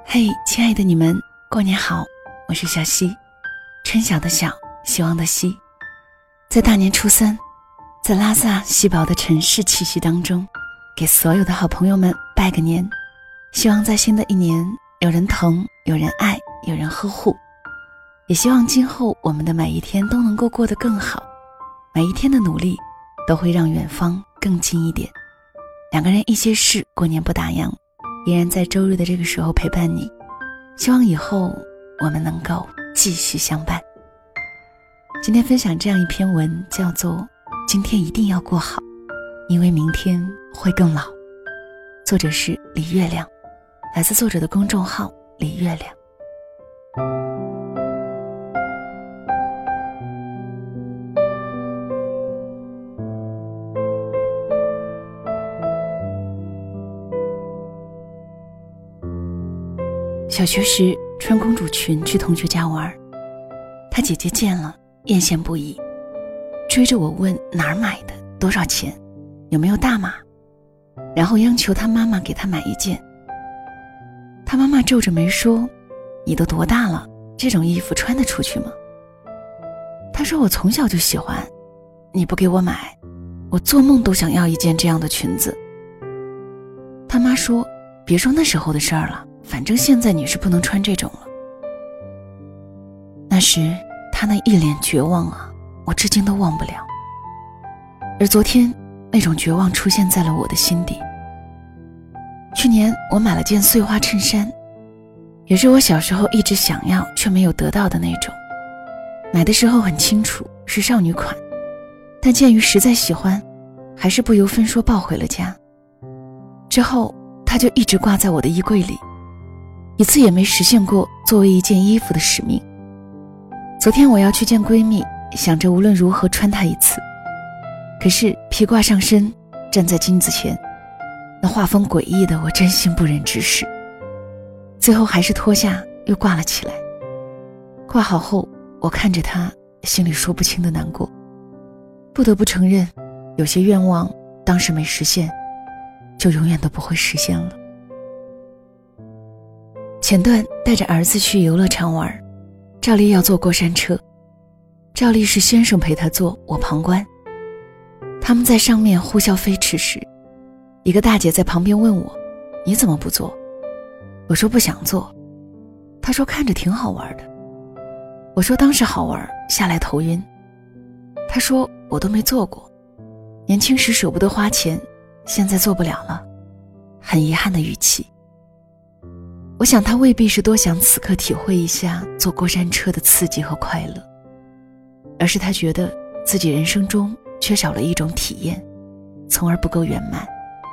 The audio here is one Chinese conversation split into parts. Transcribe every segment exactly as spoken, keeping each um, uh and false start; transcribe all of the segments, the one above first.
嘿，亲爱的你们，过年好，我是小溪，春晓的晓，希望的希。在大年初三，在拉萨稀薄的城市气息当中，给所有的好朋友们拜个年，希望在新的一年有人疼，有人爱，有人呵护，也希望今后我们的每一天都能够过得更好，每一天的努力都会让远方更近一点。两个人一些事，过年不打烊，依然在周日的这个时候陪伴你，希望以后我们能够继续相伴。今天分享这样一篇文，叫做今天一定要过好，因为明天会更老。作者是李月亮，来自作者的公众号李月亮。小学时穿公主裙去同学家玩，她姐姐见了艳羡不已，追着我问哪儿买的，多少钱，有没有大码，然后央求她妈妈给她买一件。她妈妈皱着眉说，你都多大了，这种衣服穿得出去吗？她说我从小就喜欢，你不给我买，我做梦都想要一件这样的裙子。她妈说，别说那时候的事儿了，反正现在你是不能穿这种了。那时他那一脸绝望啊，我至今都忘不了。而昨天那种绝望出现在了我的心底。去年我买了件碎花衬衫，也是我小时候一直想要却没有得到的那种。买的时候很清楚是少女款，但鉴于实在喜欢，还是不由分说抱回了家。之后它就一直挂在我的衣柜里，一次也没实现过作为一件衣服的使命。昨天我要去见闺蜜，想着无论如何穿它一次，可是披挂上身，站在镜子前，那画风诡异的我真心不忍直视，最后还是脱下又挂了起来。挂好后，我看着它，心里说不清的难过。不得不承认，有些愿望当时没实现，就永远都不会实现了。前段带着儿子去游乐场玩，照例要坐过山车，照例是先生陪他坐，我旁观。他们在上面呼啸飞驰时，一个大姐在旁边问我，你怎么不坐？我说不想坐。她说看着挺好玩的。我说当时好玩，下来头晕。她说我都没坐过，年轻时舍不得花钱，现在做不了了，很遗憾的语气。我想他未必是多想此刻体会一下坐过山车的刺激和快乐，而是他觉得自己人生中缺少了一种体验，从而不够圆满。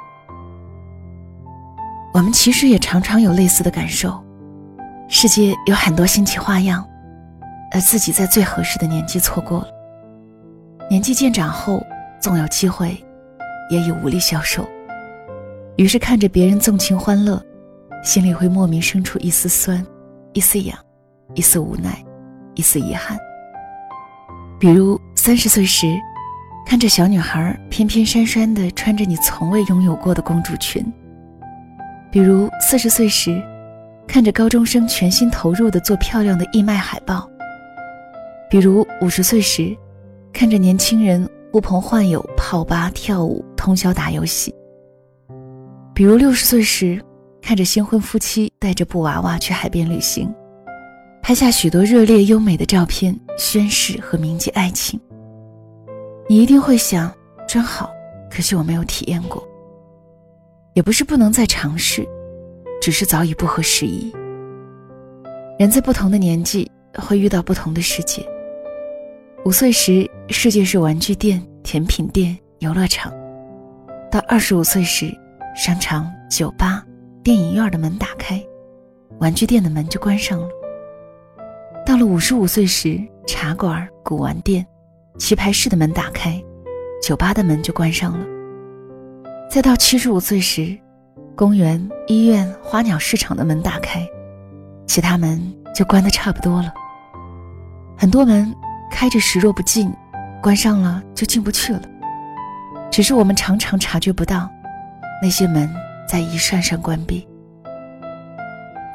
我们其实也常常有类似的感受，世界有很多新奇花样，而自己在最合适的年纪错过了。年纪渐长后，纵有机会，也已无力消受，于是看着别人纵情欢乐，心里会莫名生出一丝酸，一丝痒，一丝无奈，一丝遗憾。比如三十岁时，看着小女孩翩翩姗姗地穿着你从未拥有过的公主裙；比如四十岁时，看着高中生全心投入地做漂亮的义卖海报；比如五十岁时，看着年轻人呼朋唤友泡吧跳舞通宵打游戏；比如六十岁时，看着新婚夫妻带着布娃娃去海边旅行，拍下许多热烈优美的照片，宣誓和铭记爱情。你一定会想，真好，可惜我没有体验过。也不是不能再尝试，只是早已不合时宜。人在不同的年纪会遇到不同的世界。五岁时，世界是玩具店、甜品店、游乐场；到二十五岁时，商场、酒吧、电影院的门打开，玩具店的门就关上了。到了五十五岁时，茶馆、古玩店、棋牌室的门打开，酒吧的门就关上了。再到七十五岁时，公园、医院、花鸟市场的门打开，其他门就关得差不多了。很多门开着时若不进，关上了就进不去了。只是我们常常察觉不到，那些门在一扇扇关闭。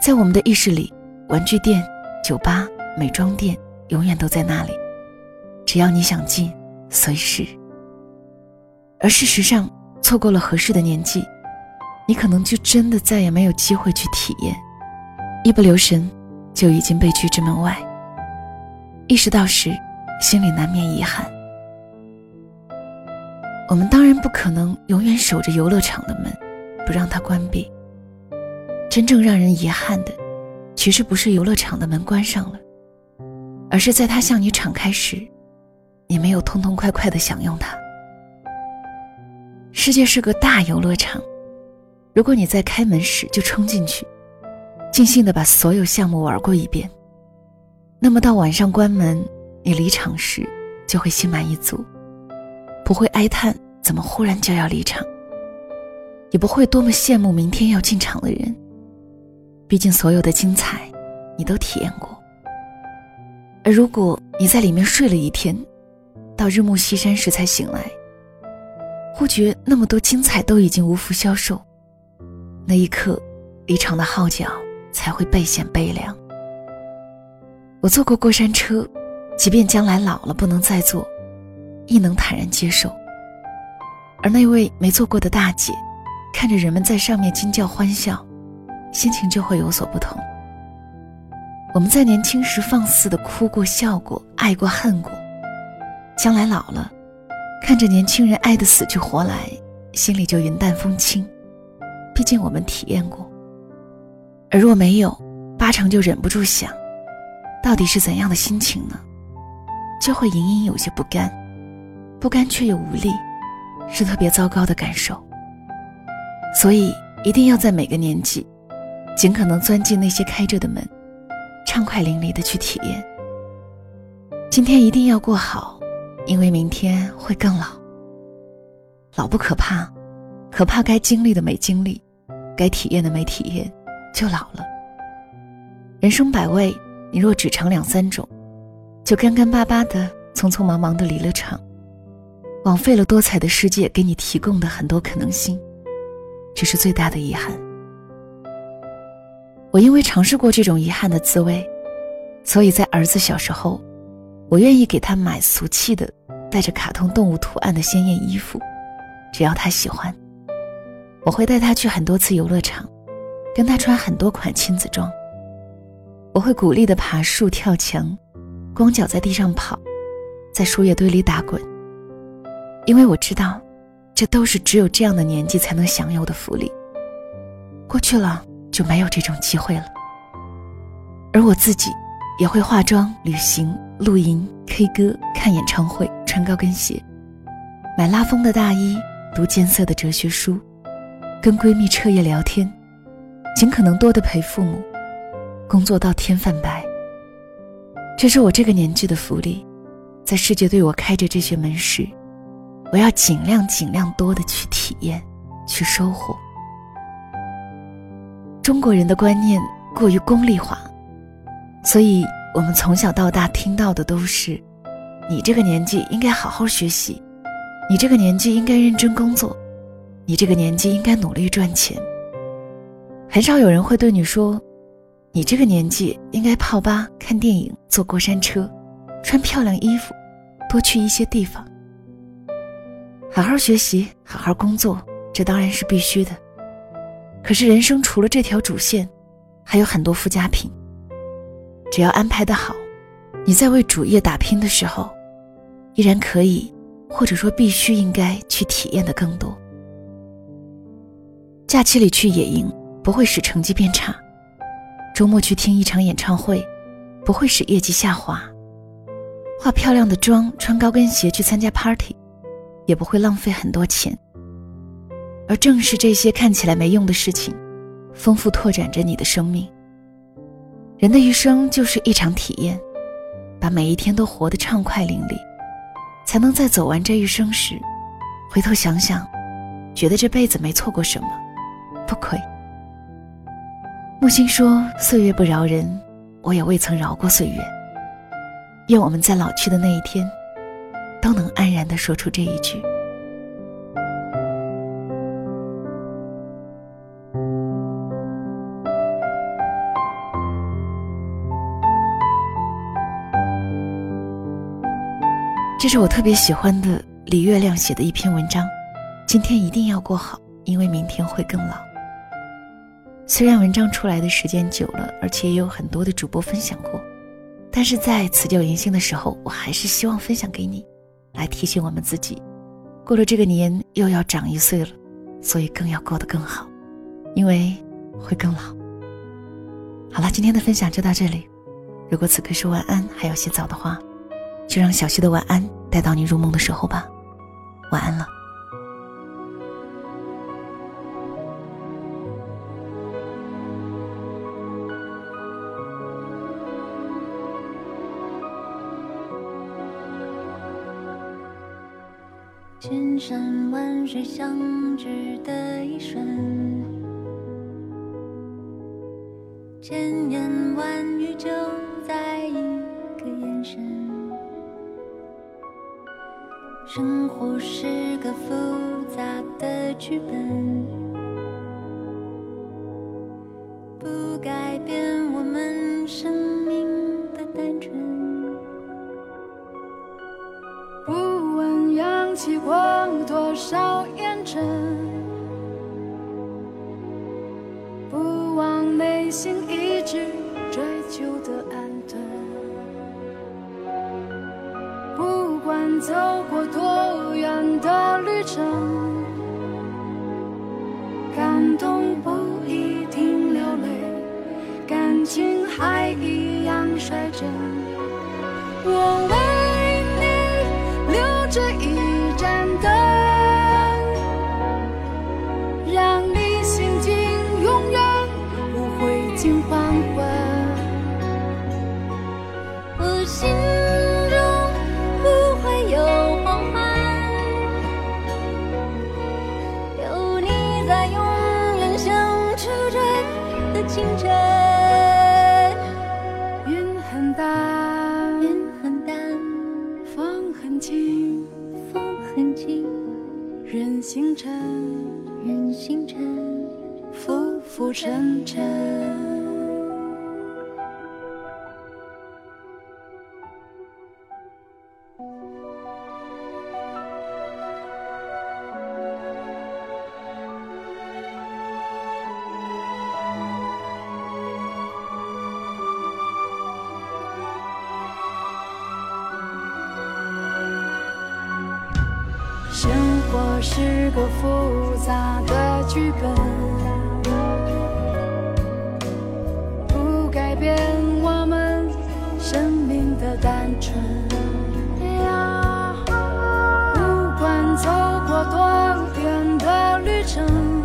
在我们的意识里，玩具店、酒吧、美妆店永远都在那里，只要你想进，随时。而事实上，错过了合适的年纪，你可能就真的再也没有机会去体验，一不留神就已经被拒之门外。意识到时，心里难免遗憾。我们当然不可能永远守着游乐场的门，不让它关闭。真正让人遗憾的，其实不是游乐场的门关上了，而是在它向你敞开时，你没有痛痛快快地享用它。世界是个大游乐场，如果你在开门时就冲进去，尽兴地把所有项目玩过一遍，那么到晚上关门，你离场时就会心满意足，不会哀叹怎么忽然就要离场，也不会多么羡慕明天要进场的人，毕竟所有的精彩你都体验过。而如果你在里面睡了一天，到日暮西山时才醒来，忽觉那么多精彩都已经无福消受，那一刻离场的号角才会倍显悲凉。我坐过过山车，即便将来老了不能再坐，亦能坦然接受。而那位没坐过的大姐，看着人们在上面惊叫欢笑，心情就会有所不同。我们在年轻时放肆地哭过笑过爱过恨过，将来老了看着年轻人爱得死去活来，心里就云淡风轻，毕竟我们体验过。而若没有，八成就忍不住想，到底是怎样的心情呢？就会隐隐有些不甘，不甘却又无力，是特别糟糕的感受。所以一定要在每个年纪尽可能钻进那些开着的门，畅快淋漓地去体验。今天一定要过好，因为明天会更老。老不可怕，可怕该经历的没经历，该体验的没体验，就老了。人生百味，你若只尝两三种，就干干巴巴的匆匆忙忙的离了场，枉费了多彩的世界给你提供的很多可能性，这是最大的遗憾。我因为尝试过这种遗憾的滋味，所以在儿子小时候，我愿意给他买俗气的带着卡通动物图案的鲜艳衣服，只要他喜欢。我会带他去很多次游乐场，跟他穿很多款亲子装。我会鼓励地爬树跳墙，光脚在地上跑，在树叶堆里打滚，因为我知道这都是只有这样的年纪才能享有的福利。过去了就没有这种机会了。而我自己也会化妆、旅行、露营、K 歌、看演唱会、穿高跟鞋，买拉风的大衣，读艰涩的哲学书，跟闺蜜彻夜聊天，尽可能多地陪父母，工作到天泛白。这是我这个年纪的福利，在世界对我开着这些门时，我要尽量尽量多地去体验，去收获。中国人的观念过于功利化，所以我们从小到大听到的都是，你这个年纪应该好好学习，你这个年纪应该认真工作，你这个年纪应该努力赚钱。很少有人会对你说，你这个年纪应该泡吧、看电影、坐过山车、穿漂亮衣服，多去一些地方。好好学习，好好工作，这当然是必须的。可是人生除了这条主线，还有很多附加品。只要安排得好，你在为主业打拼的时候，依然可以，或者说必须应该去体验的更多。假期里去野营不会使成绩变差，周末去听一场演唱会不会使业绩下滑，化漂亮的妆，穿高跟鞋去参加 party 也不会浪费很多钱。而正是这些看起来没用的事情，丰富拓展着你的生命。人的一生就是一场体验，把每一天都活得畅快淋漓，才能在走完这一生时，回头想想，觉得这辈子没错过什么，不亏。木心说，岁月不饶人，我也未曾饶过岁月。愿我们在老去的那一天，都能安然地说出这一句。 这是我特别喜欢的李月亮写的一篇文章，今天一定要过好，因为明天会更老。虽然文章出来的时间久了，而且也有很多的主播分享过，但是在辞旧迎新的时候，我还是希望分享给你，来提醒我们自己，过了这个年又要长一岁了，所以更要过得更好，因为会更老。好了，今天的分享就到这里。如果此刻说晚安还有些早的话，就让小溪的晚安带到你入梦的时候吧。晚安了。 千山万水相聚的一瞬，千言万语就在一个眼神。生活是个复杂的剧本，不改变我们生命的单纯。 不问扬起过多少烟尘，不忘内心一直追求的安顿。不管走过多远的旅程，感动不一定流泪，感情还一样率真。我为你留着一盏灯，让你心境永远不会尽黄昏。 我心中不会有黄昏，有你在永远相处着的清晨。 云很淡， 云很淡， 风很轻， 风很轻， 人星辰， 人星辰， 浮浮沉沉。生活是个复杂的剧本，不改变我们生命的单纯。不管走过多远的旅程，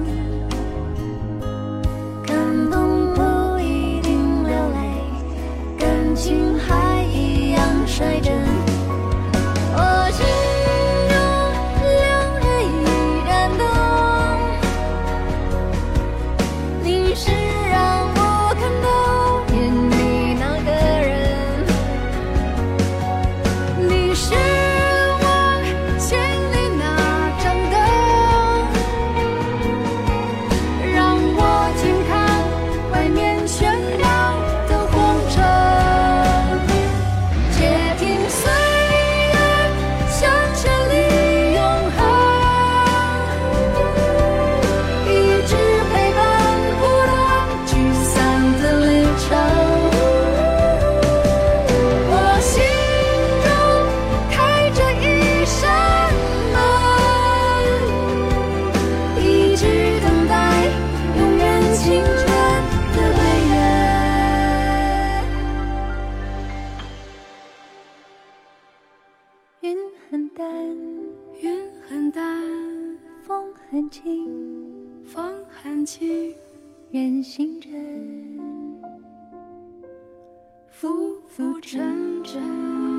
感动不一定流泪，感情还一样率真。我心云很淡， 云很淡， 风很轻， 风很轻， 人星辰， 浮浮沉沉。